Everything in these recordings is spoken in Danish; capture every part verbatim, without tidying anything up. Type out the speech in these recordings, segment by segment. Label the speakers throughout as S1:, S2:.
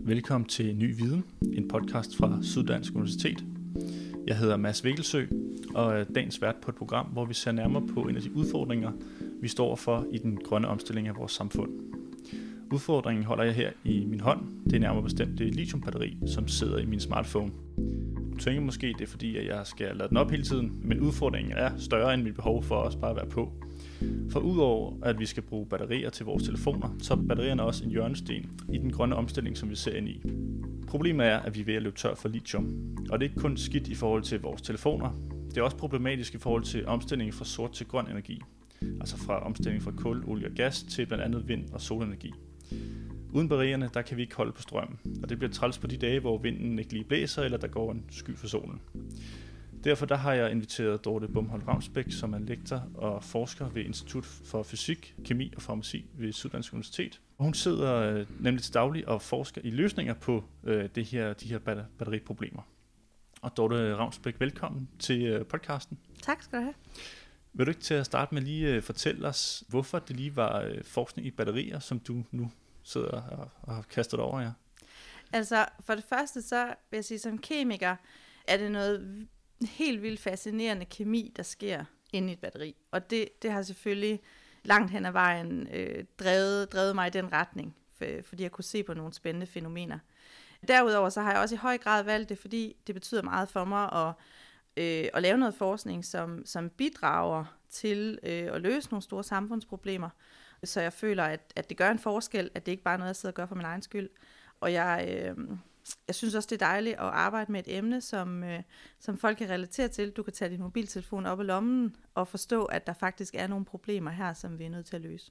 S1: Velkommen til Ny Viden, en podcast fra Syddansk Universitet. Jeg hedder Mads Vikkelsø og er dagens vært på et program, hvor vi ser nærmere på en af de udfordringer, vi står for i den grønne omstilling af vores samfund. Udfordringen holder jeg her i min hånd. Det er nærmere bestemt det lithiumbatteri, som sidder i min smartphone. Du tænker måske, det er fordi, at jeg skal lade den op hele tiden, men udfordringen er større end mit behov for os bare at være på. For udover at vi skal bruge batterier til vores telefoner, så er batterierne også en hjørnesten i den grønne omstilling, som vi ser ind i. Problemet er, at vi er ved at løbe tør for lithium, og det er ikke kun skidt i forhold til vores telefoner. Det er også problematisk i forhold til omstillingen fra sort til grøn energi, altså fra omstilling fra kul, olie og gas til blandt andet vind- og solenergi. Uden batterierne, der kan vi ikke holde på strømmen, og det bliver træls på de dage, hvor vinden ikke lige blæser, eller der går en sky for solen. Derfor der har jeg inviteret Dorte Bomholt-Ravnsbæk, som er lektor og forsker ved Institut for Fysik, Kemi og Farmaci ved Syddansk Universitet. Hun sidder nemlig til daglig og forsker i løsninger på øh, det her, de her batteriproblemer. Og Dorte Ravnsbæk, velkommen til øh, podcasten.
S2: Tak skal du have.
S1: Vil du ikke til at starte med lige øh, fortælle os, hvorfor det lige var øh, forskning i batterier, som du nu sidder og, og har kastet over jer?
S2: Altså for det første så vil jeg sige, som kemiker er det noget helt vildt fascinerende kemi, der sker inde i et batteri. Og det, det har selvfølgelig langt hen ad vejen øh, drevet, drevet mig i den retning, for, fordi jeg kunne se på nogle spændende fænomener. Derudover så har jeg også i høj grad valgt det, fordi det betyder meget for mig at, øh, at lave noget forskning, som, som bidrager til øh, at løse nogle store samfundsproblemer. Så jeg føler, at, at det gør en forskel, at det ikke bare er noget, jeg sidder og gør for min egen skyld. Og jeg... Øh, Jeg synes også, det er dejligt at arbejde med et emne, som, øh, som folk kan relatere til. Du kan tage din mobiltelefon op i lommen og forstå, at der faktisk er nogle problemer her, som vi er nødt til at løse.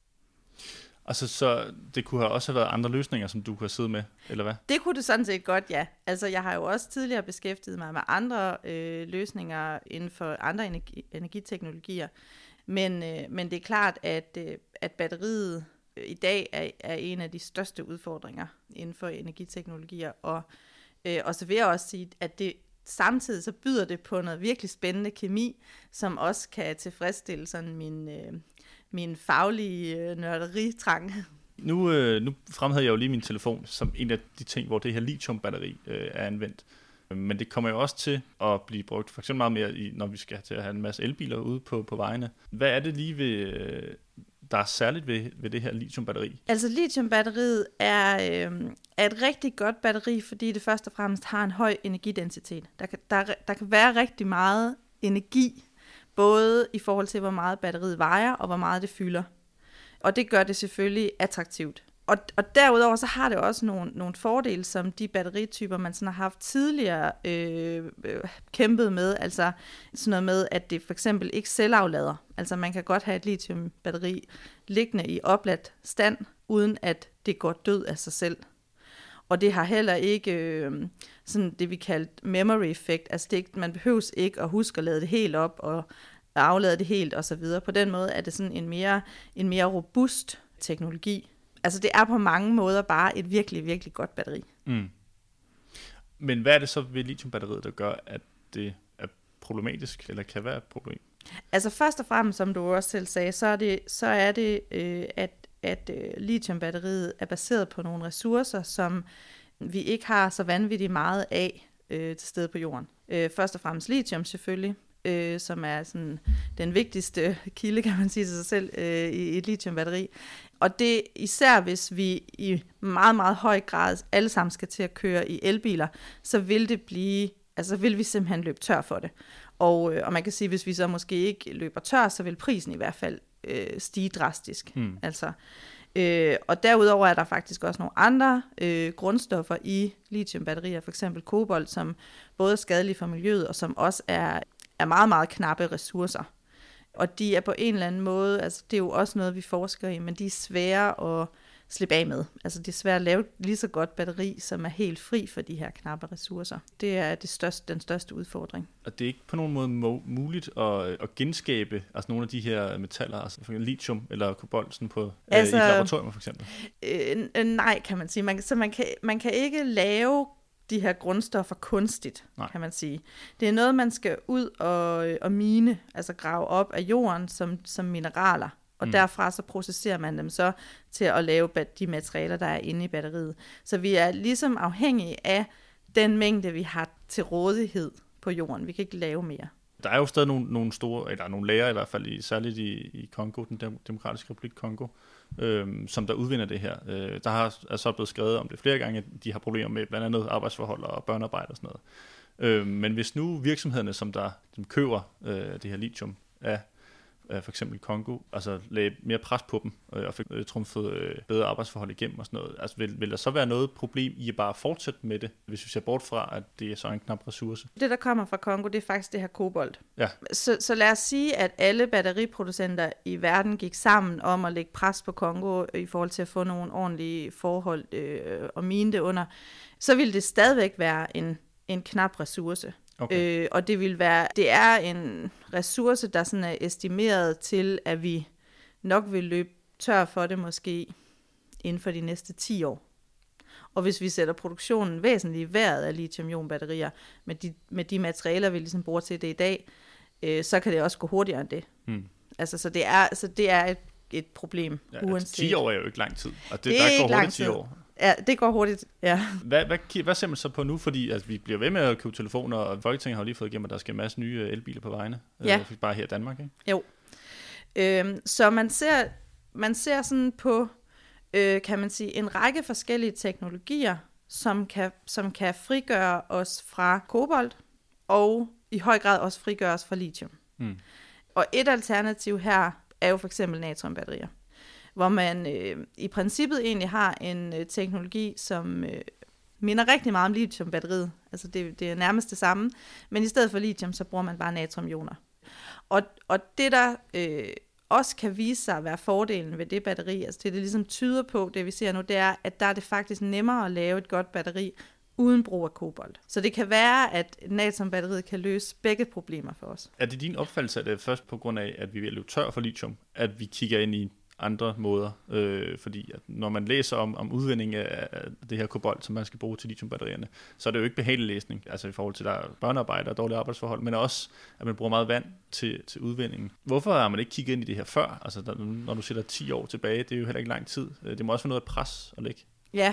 S1: Altså, så det kunne have også have været andre løsninger, som du kunne have siddet med, eller hvad?
S2: Det kunne det sådan set godt, ja. Altså, jeg har jo også tidligere beskæftiget mig med andre øh, løsninger inden for andre energi, energiteknologier. Men, øh, men det er klart, at, øh, at batteriet i dag er, er en af de største udfordringer inden for energiteknologier, og, øh, og så vil jeg også sige, at det samtidig så byder det på noget virkelig spændende kemi, som også kan tilfredsstille sådan min, øh, min faglige øh, nørderitrang.
S1: Nu, øh, nu fremhæver jeg jo lige min telefon som en af de ting, hvor det her lithiumbatteri øh, er anvendt. Men det kommer jo også til at blive brugt for eksempel meget mere, i, når vi skal til at have en masse elbiler ude på, på vejene. Hvad er det lige ved... Øh, der er særligt ved, ved det her lithiumbatteri?
S2: Altså lithiumbatteriet er, øh, er et rigtig godt batteri, fordi det først og fremmest har en høj energidensitet. Der kan, der, der kan være rigtig meget energi, både i forhold til, hvor meget batteriet vejer, og hvor meget det fylder. Og det gør det selvfølgelig attraktivt. Og, og derudover så har det også nogle, nogle fordele, som de batterityper, man sådan har haft tidligere øh, øh, kæmpet med. Altså sådan noget med, at det for eksempel ikke selvaflader. Altså man kan godt have et lithiumbatteri liggende i opladt stand, uden at det går død af sig selv. Og det har heller ikke øh, sådan det, vi kalder memory effect. Altså det ikke, man behøves ikke at huske at lade det helt op og aflade det helt osv. På den måde er det sådan en mere, en mere robust teknologi. Altså det er på mange måder bare et virkelig, virkelig godt batteri.
S1: Mm. Men hvad er det så ved lithiumbatteriet, der gør, at det er problematisk, eller kan være et problem?
S2: Altså først og fremmest, som du også selv sagde, så er det, så er det øh, at, at øh, lithiumbatteriet er baseret på nogle ressourcer, som vi ikke har så vanvittigt meget af øh, til stede på jorden. Øh, først og fremmest lithium selvfølgelig, øh, som er sådan den vigtigste kilde, kan man sige til sig selv, øh, i et lithiumbatteri. Og det især hvis vi i meget, meget høj grad alle sammen skal til at køre i elbiler, så vil det blive, altså vil vi simpelthen løbe tør for det. Og, øh, og man kan sige, hvis vi så måske ikke løber tør, så vil prisen i hvert fald øh, stige drastisk. Hmm. Altså, øh, og derudover er der faktisk også nogle andre øh, grundstoffer i lithiumbatterier, for eksempel kobolt, som både er skadelige for miljøet, og som også er, er meget, meget knappe ressourcer. Og de er på en eller anden måde, altså det er jo også noget, vi forsker i, men de er svære at slippe af med. Altså det er svært at lave lige så godt batteri, som er helt fri for de her knappe ressourcer. Det er det største, den største udfordring.
S1: Og det er ikke på nogen måde må- muligt at, at genskabe altså nogle af de her metaller, altså for lithium eller kobolt sådan på, altså, øh, i laboratorier for eksempel?
S2: Øh, øh, nej, kan man sige. Man, så man kan, man kan ikke lave de her grundstoffer kunstigt, Nej. kan man sige. Det er noget, man skal ud og, og mine, altså grave op af jorden som, som mineraler. og
S1: Mm.
S2: derfra så processerer man dem så til at lave de materialer, der er inde i batteriet. Så vi er ligesom afhængige af den mængde, vi har til rådighed på jorden. Vi kan ikke lave mere.
S1: Der er jo stadig nogle, nogle store, eller nogle læger i hvert fald, i, særligt i, i Kongo, den demokratiske republik Kongo, øhm, som der udvinder det her. Øh, der har er så blevet skrevet om det flere gange, at de har problemer med blandt andet arbejdsforhold og børnearbejde og sådan noget. Øh, men hvis nu virksomhederne, som der som køber øh, det her lithium af for eksempel Kongo, altså lagde mere pres på dem, øh, og fik øh, trumfet øh, bedre arbejdsforhold igennem og sådan noget. Altså vil, vil der så være noget problem i at bare fortsætte med det, hvis vi ser bort fra, at det er så en knap ressource?
S2: Det, der kommer fra Kongo, det er faktisk det her kobolt.
S1: Ja.
S2: Så, så lad os sige, at alle batteriproducenter i verden gik sammen om at lægge pres på Kongo i forhold til at få nogle ordentlige forhold øh, og mine det under, så ville det stadigvæk være en, en knap ressource. Okay. Øh, og det vil være, det er en ressource, der sådan er estimeret til, at vi nok vil løbe tør for det måske inden for de næste ti år. Og hvis vi sætter produktionen væsentligt i vejret af lithium-ion-batterier med de, med de materialer, vi ligesom bruger til det i dag, øh, så kan det også gå hurtigere end det. Hmm. Altså, så det er, så det er et, et problem.
S1: Ja, altså, ti år er jo ikke lang tid. Og det,
S2: det
S1: der
S2: er
S1: går hurtigt ti år.
S2: Ja, det går hurtigt, ja.
S1: Hvad, hvad, hvad ser man så på nu? Fordi altså, vi bliver ved med at købe telefoner, og Folketinget har jo lige fået igennem, at der skal en masse nye elbiler på vejene.
S2: Ja.
S1: Øh, bare her i Danmark, ikke?
S2: Jo. Øhm, så man ser, man ser sådan på, øh, kan man sige, en række forskellige teknologier, som kan, som kan frigøre os fra kobolt, og i høj grad også frigøre os fra lithium. Mm. Og et alternativ her er jo for eksempel natriumbatterier, hvor man øh, i princippet egentlig har en øh, teknologi, som øh, minder rigtig meget om lithiumbatteriet. Altså det, det er nærmest det samme, men i stedet for lithium, så bruger man bare natriumioner. Og, og det der øh, også kan vise sig at være fordelen ved det batteri, altså det det ligesom tyder på, det vi ser nu, det er, at der er det faktisk nemmere at lave et godt batteri, uden brug af kobolt. Så det kan være, at natriumbatteriet kan løse begge problemer for os. Er
S1: det din opfattelse, at det er først på grund af, at vi vil løbe tør for lithium, at vi kigger ind i andre måder? Øh, fordi at når man læser om, om udvinding af, af det her kobolt, som man skal bruge til lithiumbatterierne, så er det jo ikke behagelig læsning, altså i forhold til, der er børnearbejde og dårlige arbejdsforhold, men også, at man bruger meget vand til, til udvindingen. Hvorfor har man ikke kigget ind i det her før? Altså der, når du sætter ti år tilbage, det er jo heller ikke lang tid. Det må også være noget af pres at lægge.
S2: Ja.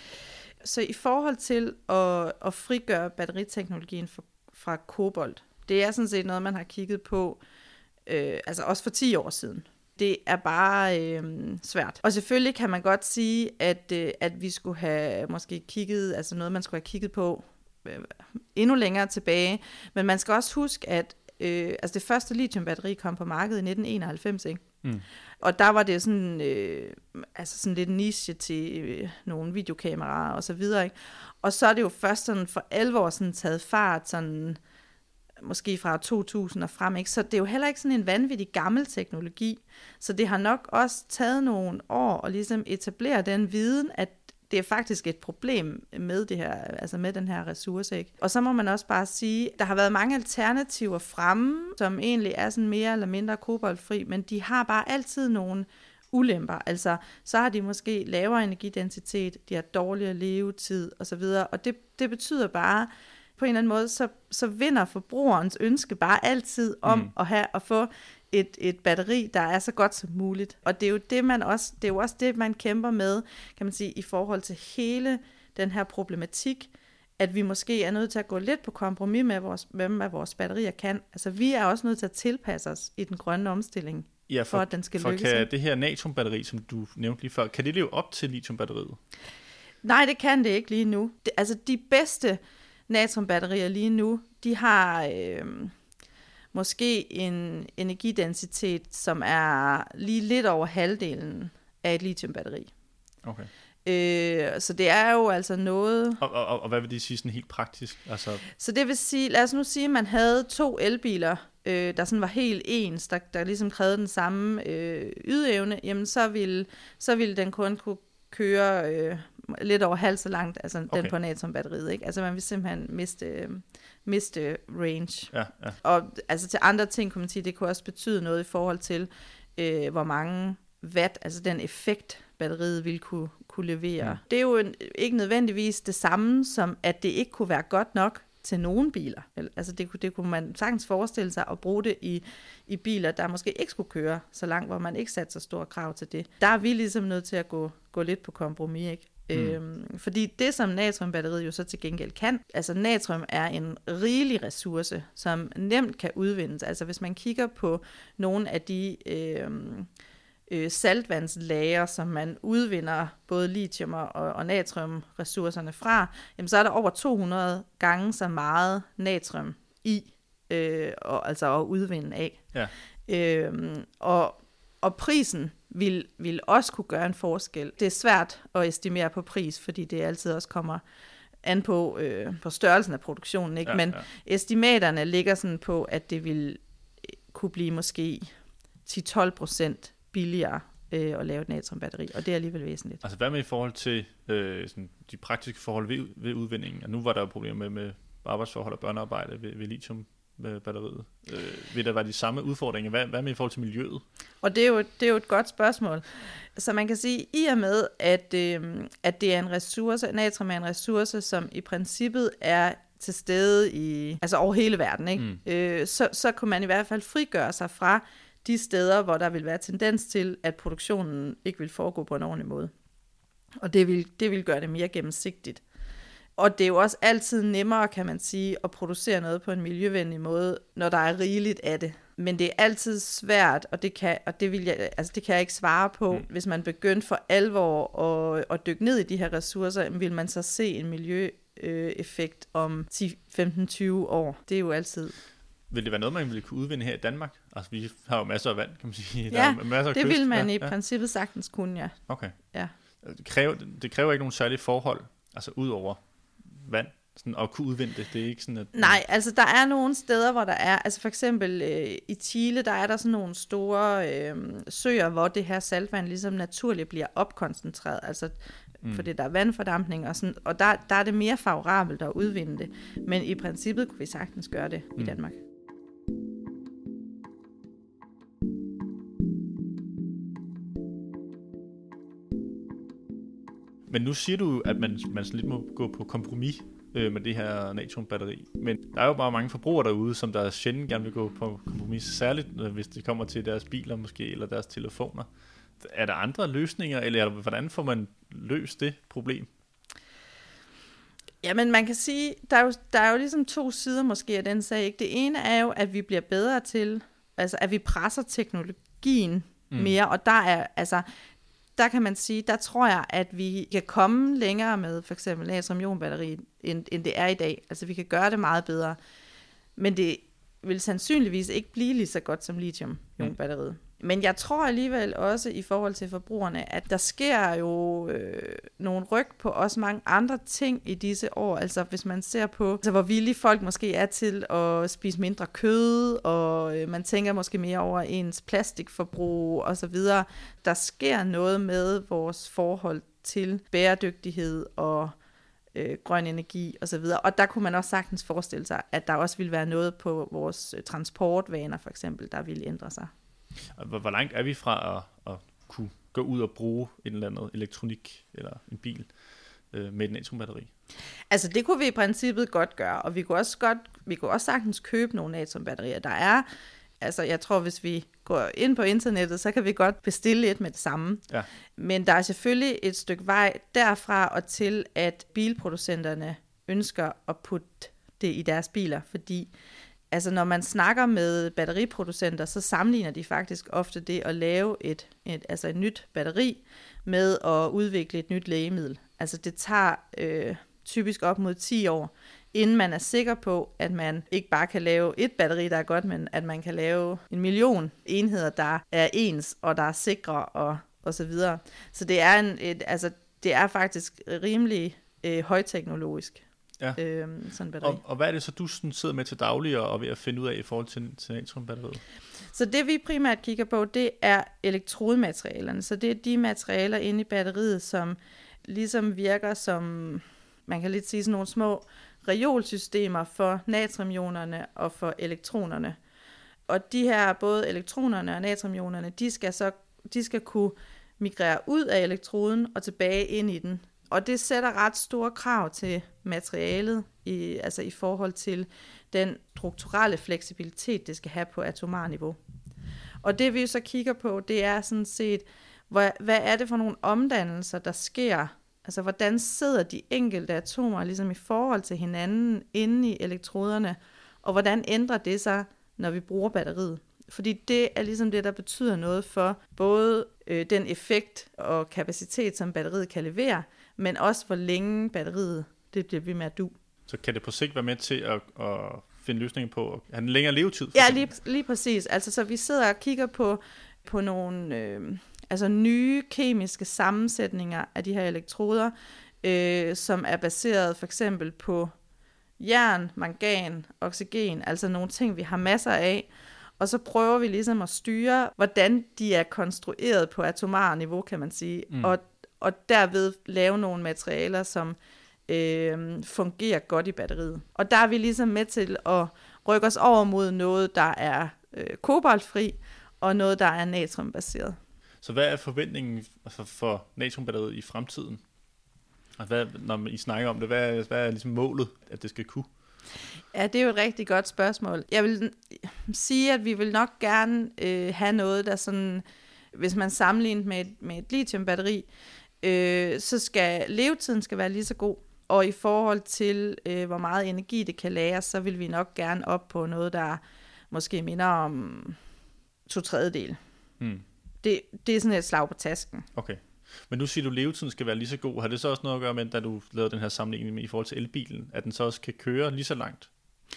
S2: Så i forhold til at, at frigøre batteriteknologien fra, fra kobolt, det er sådan set noget, man har kigget på, øh, altså også for ti år siden. Det er bare øh, svært. Og selvfølgelig kan man godt sige, at, øh, at vi skulle have måske kigget, altså noget, man skulle have kigget på øh, endnu længere tilbage. Men man skal også huske, at øh, altså det første lithiumbatteri kom på markedet i nitten enoghalvfems, ikke? Mm. Og der var det sådan, øh, altså sådan lidt niche til øh, nogle videokameraer og så videre, ikke? Og så er det jo først sådan for alvor sådan taget fart, sådan måske fra to tusind og frem, ikke? Så det er jo heller ikke sådan en vanvittig gammel teknologi. Så det har nok også taget nogle år at ligesom etablere den viden, at det er faktisk et problem med det her, altså med den her ressource, ikke? Og så må man også bare sige, der har været mange alternativer fremme, som egentlig er sådan mere eller mindre koboltfri, men de har bare altid nogle ulemper. Altså, så har de måske lavere energidensitet, de har dårligere levetid osv., og det, det betyder bare, på en eller anden måde, så, så vinder forbrugerens ønske bare altid om mm. at have at få et, et batteri, der er så godt som muligt. Og det er jo det, man også, det er jo også det, man kæmper med, kan man sige, i forhold til hele den her problematik, at vi måske er nødt til at gå lidt på kompromis med, vores, med hvad vores batterier kan. Altså, vi er også nødt til at tilpasse os i den grønne omstilling,
S1: ja, for,
S2: for at den skal
S1: for
S2: lykkes.
S1: Kan det her natriumbatteri, som du nævnte lige før, kan det leve op til lithiumbatteriet?
S2: Nej, det kan det ikke lige nu. Det, altså, de bedste natriumbatterier lige nu, de har øh, måske en energidensitet, som er lige lidt over halvdelen af et lithiumbatteri.
S1: Okay.
S2: Øh, så det er jo altså noget...
S1: Og, og, og hvad vil det sige sådan helt praktisk? Altså...
S2: Så det vil sige, lad os nu sige, at man havde to elbiler, øh, der sådan var helt ens, der, der ligesom krævede den samme øh, ydeevne, jamen så ville, så ville den kun kunne køre øh, lidt over halvt så langt, altså okay. Den på natriumbatteriet, ikke? Altså man vil simpelthen miste, øh, miste range.
S1: Ja, ja.
S2: Og altså til andre ting, kunne man sige, det kunne også betyde noget i forhold til, øh, hvor mange watt, altså den effekt, batteriet ville kunne, kunne levere. Ja. Det er jo en, ikke nødvendigvis det samme som, at det ikke kunne være godt nok, til nogle biler. Altså det, det kunne man sagtens forestille sig at bruge det i, i biler, der måske ikke skulle køre så langt, hvor man ikke satte så store krav til det. Der er vi ligesom nødt til at gå, gå lidt på kompromis, ikke? Mm. Øhm, fordi det, som natriumbatteriet jo så til gengæld kan, altså natrium er en rigelig ressource, som nemt kan udvindes. Altså hvis man kigger på nogle af de øhm, øh, saltvandslager, som man udvinder både lithium og, og natriumressourcerne fra, jamen så er der over to hundrede gange så meget natrium i, øh, og, altså at udvinde af. Ja. Øhm, og Og prisen vil, vil også kunne gøre en forskel. Det er svært at estimere på pris, fordi det altid også kommer an på, øh, på størrelsen af produktionen. Ikke? Ja, Men ja. estimaterne ligger sådan på, at det vil kunne blive måske ti til tolv procent billigere øh, at lave et natriumbatteri, og det er alligevel væsentligt.
S1: Altså hvad med i forhold til øh, sådan de praktiske forhold ved, ved udvindingen? Og nu var der jo problemer med, med arbejdsforhold og børnearbejde ved, ved lithium. Batteriet. Øh, vil der være de samme udfordringer? Hvad, hvad med i forhold til miljøet?
S2: Og det er, jo, det er jo et godt spørgsmål. Så man kan sige, i og med, at, øh, at det er en ressource, natrium er en ressource, som i princippet er til stede i, altså over hele verden, ikke? Mm. Øh, så, så kunne man i hvert fald frigøre sig fra de steder, hvor der vil være tendens til, at produktionen ikke vil foregå på en ordentlig måde. Og det vil, det vil gøre det mere gennemsigtigt. Og det er jo også altid nemmere, kan man sige, at producere noget på en miljøvenlig måde, når der er rigeligt af det. Men det er altid svært, og det kan, og det vil jeg, altså det kan jeg ikke svare på. Mm. Hvis man begyndte for alvor at, at dykke ned i de her ressourcer, vil man så se en miljøeffekt om ti, femten, tyve år. Det er jo altid.
S1: Vil det være noget, man ville kunne udvinde her i Danmark? Altså vi har jo masser af vand, kan man sige.
S2: Ja,
S1: der er masser af
S2: det
S1: kyst.
S2: vil man
S1: ja,
S2: i
S1: ja.
S2: princippet sagtens kunne, ja.
S1: Okay.
S2: Ja.
S1: Det kræver, det kræver ikke nogen særlige forhold, altså ud over vand, sådan at kunne udvinde det. Det er ikke sådan, at...
S2: Nej, altså der er nogle steder, hvor der er, altså for eksempel øh, i Chile, der er der sådan nogle store øh, søer, hvor det her saltvand ligesom naturligt bliver opkoncentreret, altså mm. fordi der er vandfordampning og sådan, og der, der er det mere favorabelt at udvinde det. Men i princippet kunne vi sagtens gøre det mm. i Danmark.
S1: Men nu siger du, at man, man sådan lidt må gå på kompromis øh, med det her natriumbatteri. Men der er jo bare mange forbrugere derude, som der sjældent gerne vil gå på kompromis, særligt øh, hvis det kommer til deres biler måske, eller deres telefoner. Er der andre løsninger, eller hvordan får man løst det problem?
S2: Jamen man kan sige, der er, jo, der er jo ligesom to sider måske af den sag. Ikke? Det ene er jo, at vi bliver bedre til, altså at vi presser teknologien mm. mere, og der er altså... Der kan man sige, der tror jeg, at vi kan komme længere med for eksempel natrium-ionbatteri, end, end det er i dag. Altså vi kan gøre det meget bedre. Men det vil sandsynligvis ikke blive lige så godt som lithium-ionbatteriet. Mm. Men jeg tror alligevel også i forhold til forbrugerne, at der sker jo øh, nogle ryg på også mange andre ting i disse år. Altså hvis man ser på, altså, hvor villige folk måske er til at spise mindre kød, og øh, man tænker måske mere over ens plastikforbrug osv. Der sker noget med vores forhold til bæredygtighed og øh, grøn energi osv. Og der kunne man også sagtens forestille sig, at der også ville være noget på vores transportvaner for eksempel, der ville ændre sig.
S1: Hvor, hvor langt er vi fra at, at kunne gå ud og bruge en eller anden elektronik eller en bil øh, med et natriumbatteri?
S2: Altså det kunne vi i princippet godt gøre, og vi kunne også godt, vi kunne også sagtens købe nogle natriumbatterier. Der er, altså jeg tror hvis vi går ind på internettet, så kan vi godt bestille et med det samme. Ja. Men der er selvfølgelig et stykke vej derfra og til, at bilproducenterne ønsker at putte det i deres biler, fordi altså når man snakker med batteriproducenter, så sammenligner de faktisk ofte det at lave et, et, altså et nyt batteri med at udvikle et nyt lægemiddel. Altså det tager øh, typisk op mod ti år, inden man er sikker på, at man ikke bare kan lave et batteri, der er godt, men at man kan lave en million enheder, der er ens og der er sikre og, og så videre. Så det er, en, et, altså, det er faktisk rimelig øh, højteknologisk. Ja. Øhm, sådan batteri.
S1: Og, og hvad er det så, du sådan sidder med til daglig og, og ved at finde ud af i forhold til, til natriumbatteriet?
S2: Så det vi primært kigger på, det er elektrodematerialerne. Så det er de materialer inde i batteriet, som ligesom virker som, man kan lidt sige sådan nogle små reolsystemer for natriumionerne og for elektronerne. Og de her, både elektronerne og natriumionerne, de skal så de skal kunne migrere ud af elektroden og tilbage ind i den. og det sætter ret store krav til materialet, i, altså i forhold til den strukturelle fleksibilitet, det skal have på atomar niveau. Og det vi så kigger på, det er sådan set, hvad, hvad er det for nogle omdannelser, der sker? Altså hvordan sidder de enkelte atomer ligesom i forhold til hinanden inde i elektroderne, og hvordan ændrer det sig, når vi bruger batteriet? Fordi det er ligesom det, der betyder noget for både øh, den effekt og kapacitet, som batteriet kan levere, men også hvor længe batteriet det bliver ved med at du.
S1: Så kan det på sigt være med til at, at finde løsninger på at have en længere levetid?
S2: Ja, lige, lige præcis. Altså, så vi sidder og kigger på, på nogle øh, altså nye kemiske sammensætninger af de her elektroder, øh, som er baseret for eksempel på jern, mangan, oxygen, altså nogle ting, vi har masser af, og så prøver vi ligesom at styre, hvordan de er konstrueret på atomar niveau, kan man sige, mm. og, og derved lave nogle materialer, som øh, fungerer godt i batteriet. Og der er vi ligesom med til at rykke os over mod noget, der er øh, kobaltfri, og noget, der er natriumbaseret.
S1: Så hvad er forventningen for, for natriumbatteriet i fremtiden? Og hvad, når I snakker om det, hvad er, hvad er ligesom målet, at det skal kunne?
S2: Ja, det er jo et rigtig godt spørgsmål. Jeg vil sige, at vi vil nok gerne øh, have noget, der sådan, hvis man sammenligner med et, med et lithiumbatteri, øh, så skal levetiden skal være lige så god. Og i forhold til, øh, hvor meget energi det kan lagre, så vil vi nok gerne op på noget, der måske minder om to tredjedel. Hmm. Det, det er sådan et slag på tasken.
S1: Okay. Men nu siger du, at levetiden skal være lige så god. Har det så også noget at gøre med, da du lavede den her sammenligning med, i forhold til elbilen, at den så også kan køre lige så langt?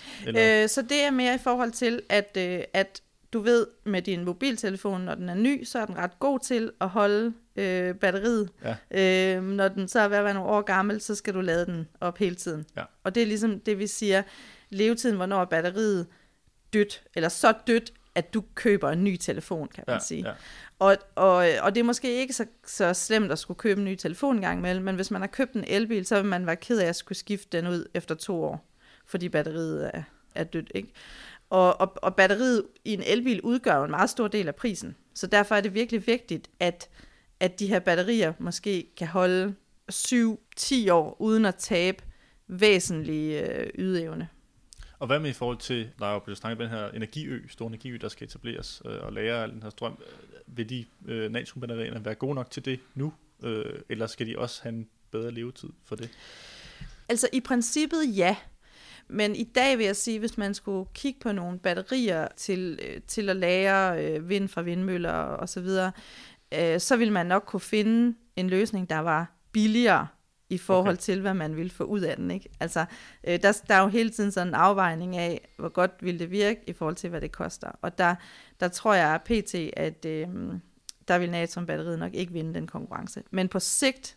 S2: Øh, så det er mere i forhold til, at, øh, at du ved, med din mobiltelefon, når den er ny, så er den ret god til at holde øh, batteriet. Ja. Øh, når den så er ved at være nogle år gammel, så skal du lade den op hele tiden. Ja. Og det er ligesom det, vi siger, levetiden, hvornår er batteriet dødt, eller så dødt, at du køber en ny telefon, kan man ja, sige. Ja. Og, og, og det er måske ikke så, så slemt at skulle købe en ny telefon en gang imellem, men hvis man har købt en elbil, så vil man være ked af at skulle skifte den ud efter to år, fordi batteriet er, er dødt, ikke? Og, og, og batteriet i en elbil udgør jo en meget stor del af prisen, så derfor er det virkelig vigtigt, at, at de her batterier måske kan holde syv til ti år, uden at tabe væsentlig øh, ydeevne.
S1: Og hvad med i forhold til, der er jo blevet snakket om den her energiø, stor energiø, der skal etableres øh, og lagre al den her strøm. Vil de øh, natriumbatterierne være gode nok til det nu, øh, eller skal de også have en bedre levetid for det?
S2: Altså i princippet ja, men i dag vil jeg sige, hvis man skulle kigge på nogle batterier til, øh, til at lagre øh, vind fra vindmøller og så videre, øh, så vil man nok kunne finde en løsning, der var billigere i forhold okay. til, hvad man vil få ud af den, ikke? Altså, øh, der, der er jo hele tiden sådan en afvejning af, hvor godt vil det virke, i forhold til, hvad det koster. Og der, der tror jeg pt, at øh, der vil natriumbatteriet nok ikke vinde den konkurrence. Men på sigt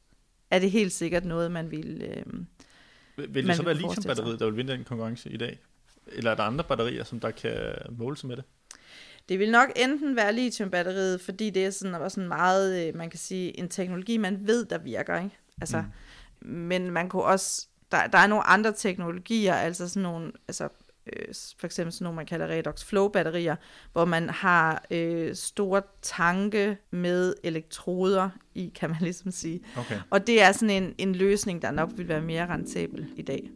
S2: er det helt sikkert noget, man vil øh,
S1: Vil det så være lithiumbatteriet, der vil vinde den konkurrence i dag? Eller er der andre batterier, som der kan måle sig med det?
S2: Det vil nok enten være lithiumbatteriet, fordi det er sådan, sådan meget, man kan sige, en teknologi, man ved, der virker, ikke? Altså, mm. Men man kunne også, der, der er nogle andre teknologier, altså sådan nogle, altså øh, for eksempel sådan nogle, man kalder redox flow batterier, hvor man har øh, store tanke med elektroder i, kan man ligesom sige. Okay. Og det er sådan en, en løsning, der nok vil være mere rentabel i dag.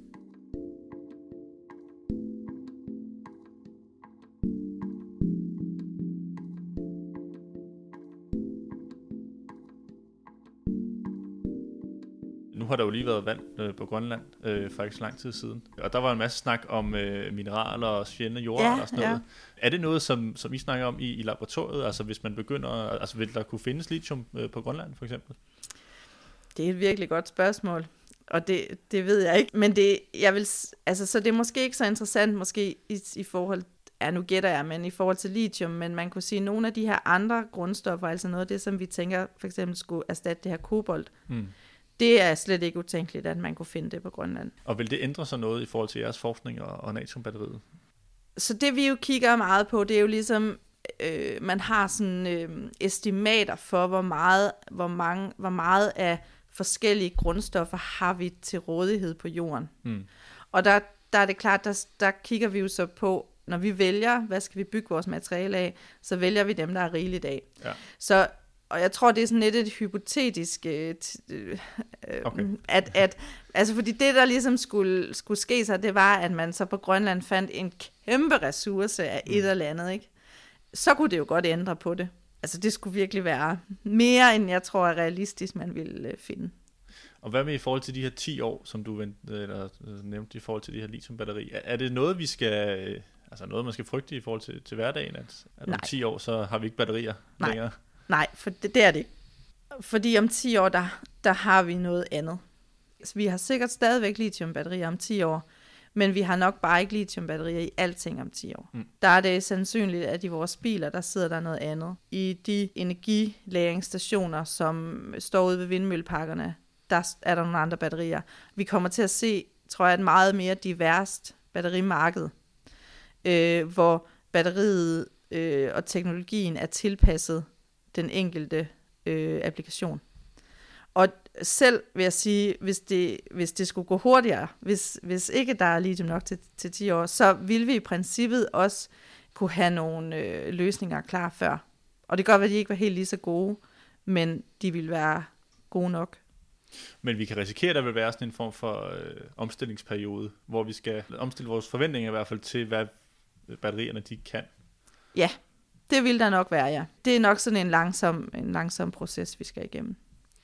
S1: Nu har der jo lige været vand øh, på Grønland, øh, faktisk lang tid siden. Og der var en masse snak om øh, mineraler og sjældne jordarter ja, og sådan noget. Ja. Er det noget, som, som I snakker om i, i laboratoriet? Altså hvis man begynder, altså vil der kunne findes lithium øh, på Grønland for eksempel?
S2: Det er et virkelig godt spørgsmål, og det, det ved jeg ikke. Men det, jeg vil, altså, så det er måske ikke så interessant måske i, i forhold, ja nu gætter jeg, men i forhold til lithium, men man kunne sige, at nogle af de her andre grundstoffer, altså noget af det, som vi tænker for eksempel skulle erstatte det her kobolt, mm. det er slet ikke utænkeligt, at man kunne finde det på Grønland.
S1: Og vil det ændre sig noget i forhold til jeres forskning og, og natriumbatteriet?
S2: Så det vi jo kigger meget på, det er jo ligesom, øh, man har sådan øh, estimater for, hvor meget, hvor, mange, hvor meget af forskellige grundstoffer har vi til rådighed på jorden. Hmm. Og der, der er det klart, der, der kigger vi jo så på, når vi vælger, hvad skal vi bygge vores materiale af, så vælger vi dem, der er rigeligt af. Ja. Så og jeg tror, det er sådan lidt et hypotetisk, øh, øh,
S1: okay.
S2: at, at, altså fordi det, der ligesom skulle, skulle ske sig, det var, at man så på Grønland fandt en kæmpe ressource af et mm. eller andet, ikke? Så kunne det jo godt ændre på det. Altså det skulle virkelig være mere, end jeg tror er realistisk, man ville øh, finde.
S1: Og hvad med i forhold til de her ti år, som du eller, nævnte i forhold til de her lithiumbatteri? Er, er det noget, vi skal, altså noget, man skal frygte i forhold til, til hverdagen, at, at om ti år, så har vi ikke batterier
S2: Nej.
S1: længere?
S2: Nej, for det, det er det ikke. Fordi om ti år, der, der har vi noget andet. Altså, vi har sikkert stadigvæk lithiumbatterier om ti år, men vi har nok bare ikke lithiumbatterier i alting om ti år. Mm. Der er det sandsynligt, at i vores biler, der sidder der noget andet. I de energilagringsstationer, som står ude ved vindmølleparkerne, der er der nogle andre batterier. Vi kommer til at se, tror jeg, et meget mere diverst batterimarked, øh, hvor batteriet øh, og teknologien er tilpasset den enkelte øh, applikation. Og selv vil jeg sige, hvis det, hvis det skulle gå hurtigere, hvis, hvis ikke der er lithium nok til, til ti år, så vil vi i princippet også kunne have nogle øh, løsninger klar før. Og det kan godt være, at de ikke var helt lige så gode, men de vil være gode nok.
S1: Men vi kan risikere, at der vil være sådan en form for øh, omstillingsperiode, hvor vi skal omstille vores forventninger i hvert fald til, hvad batterierne de kan.
S2: Ja, det vil der nok være, ja. Det er nok sådan en langsom, en langsom proces, vi skal igennem.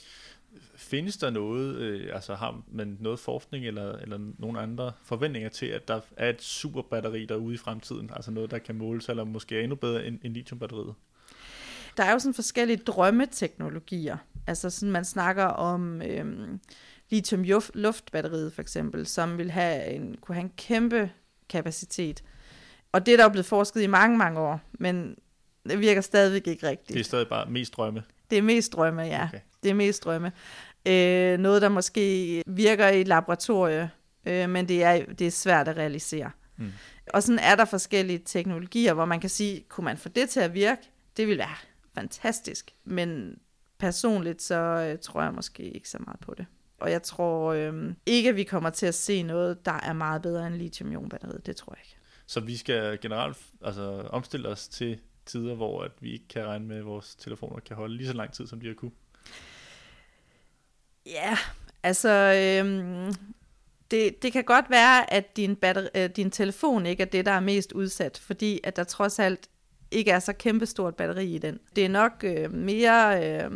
S1: Findes der noget, øh, altså har man noget forskning eller, eller nogle andre forventninger til, at der er et superbatteri derude i fremtiden? Altså noget, der kan måles, eller måske er endnu bedre end, end lithiumbatteriet?
S2: Der er jo sådan forskellige drømmeteknologier. Altså sådan, man snakker om øhm, lithium-luftbatteriet for eksempel, som vil have en, kunne have en kæmpe kapacitet. Og det er der jo blevet forsket i mange, mange år, men det virker stadigvæk ikke rigtigt.
S1: Det er stadig bare mest drømme?
S2: Det er mest drømme, ja.
S1: Okay.
S2: Det er mest drømme. Øh, noget, der måske virker i et laboratorie, øh, men det er, det er svært at realisere. Mm. Og sådan er der forskellige teknologier, hvor man kan sige, kunne man få det til at virke? Det ville være fantastisk, men personligt så øh, tror jeg måske ikke så meget på det. Og jeg tror øh, ikke, at vi kommer til at se noget, der er meget bedre end lithium-ion-batteriet. Det tror jeg ikke.
S1: Så vi skal generelt altså, omstille os til tider, hvor at vi ikke kan regne med, at vores telefoner kan holde lige så lang tid, som de har kunne?
S2: Ja, altså øh, det, det kan godt være, at din, batteri, øh, din telefon ikke er det, der er mest udsat, fordi at der trods alt ikke er så kæmpestort batteri i den. Det er nok øh, mere øh,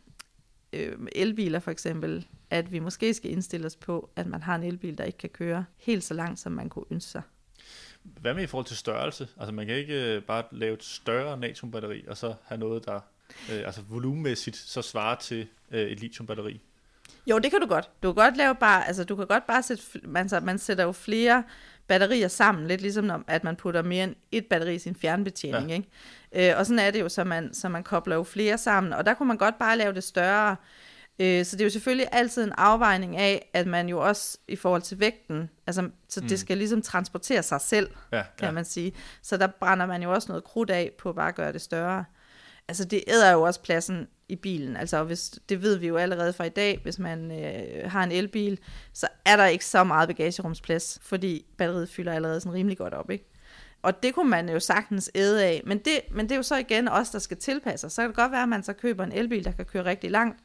S2: øh, elbiler for eksempel, at vi måske skal indstille os på, at man har en elbil, der ikke kan køre helt så langt, som man kunne ønske sig.
S1: Hvad med i forhold til størrelse? Altså man kan ikke øh, bare lave et større natriumbatteri, og så have noget, der øh, altså volumenmæssigt så svarer til øh, et lithiumbatteri. Jo,
S2: det kan du godt. Du kan godt lave bare, altså du kan godt bare sætte, man, så, man sætter jo flere batterier sammen, lidt ligesom når, at man putter mere end et batteri i sin fjernbetjening, ja. Ikke? Øh, og sådan er det jo, så man, så man kobler jo flere sammen, og der kunne man godt bare lave det større. Øh, så det er jo selvfølgelig altid en afvejning af, at man jo også i forhold til vægten, altså så mm. det skal ligesom transportere sig selv, ja, kan ja. man sige. Så der brænder man jo også noget krudt af på bare at gøre det større. Altså det æder jo også pladsen i bilen, altså hvis, det ved vi jo allerede fra i dag, hvis man øh, har en elbil, så er der ikke så meget bagagerumsplads, fordi batteriet fylder allerede sådan rimelig godt op, ikke? Og det kunne man jo sagtens æde af, men det, men det er jo så igen os, der skal tilpasse sig. Så kan det godt være, at man så køber en elbil, der kan køre rigtig langt,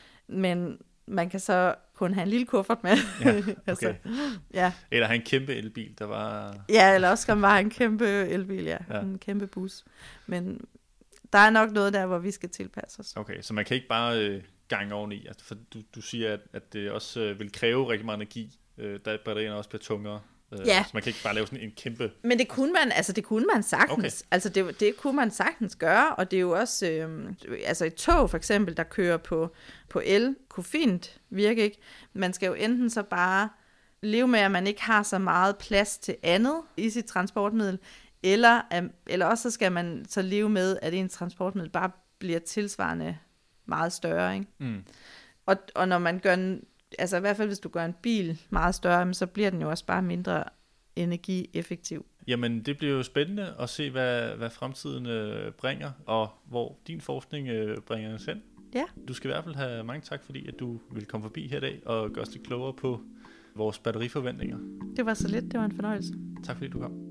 S2: men man kan så kun have en lille kuffert med.
S1: Ja, okay.
S2: altså, ja.
S1: Eller have en kæmpe elbil, der var...
S2: Ja, eller også kan man bare have en kæmpe elbil, ja. ja. En kæmpe bus. Men der er nok noget der, hvor vi skal tilpasse os.
S1: Okay, så man kan ikke bare øh, gange oveni. Altså, for du, du siger, at, at det også øh, vil kræve rigtig meget energi, øh, da batterierne også bliver tungere. Øh,
S2: ja.
S1: Så man kan ikke bare lave sådan en kæmpe...
S2: Men det kunne man, altså det kunne man sagtens. Okay. Altså det, det kunne man sagtens gøre, og det er jo også... Øh, altså et tog for eksempel, der kører på, på el, kunne fint virke, ikke? Man skal jo enten så bare leve med, at man ikke har så meget plads til andet i sit transportmiddel, Eller, eller også så skal man så leve med, at ens transportmiddel bare bliver tilsvarende meget større. Ikke? Mm. Og, og når man gør en, altså i hvert fald hvis du gør en bil meget større, så bliver den jo også bare mindre energieffektiv.
S1: Jamen det bliver jo spændende at se, hvad, hvad fremtiden øh, bringer, og hvor din forskning øh, bringer os hen.
S2: Ja.
S1: Du skal i hvert fald have mange tak, fordi at du vil komme forbi her i dag og gøre os lidt klogere på vores batteriforventninger.
S2: Det var så lidt, det var en fornøjelse.
S1: Tak fordi du kom.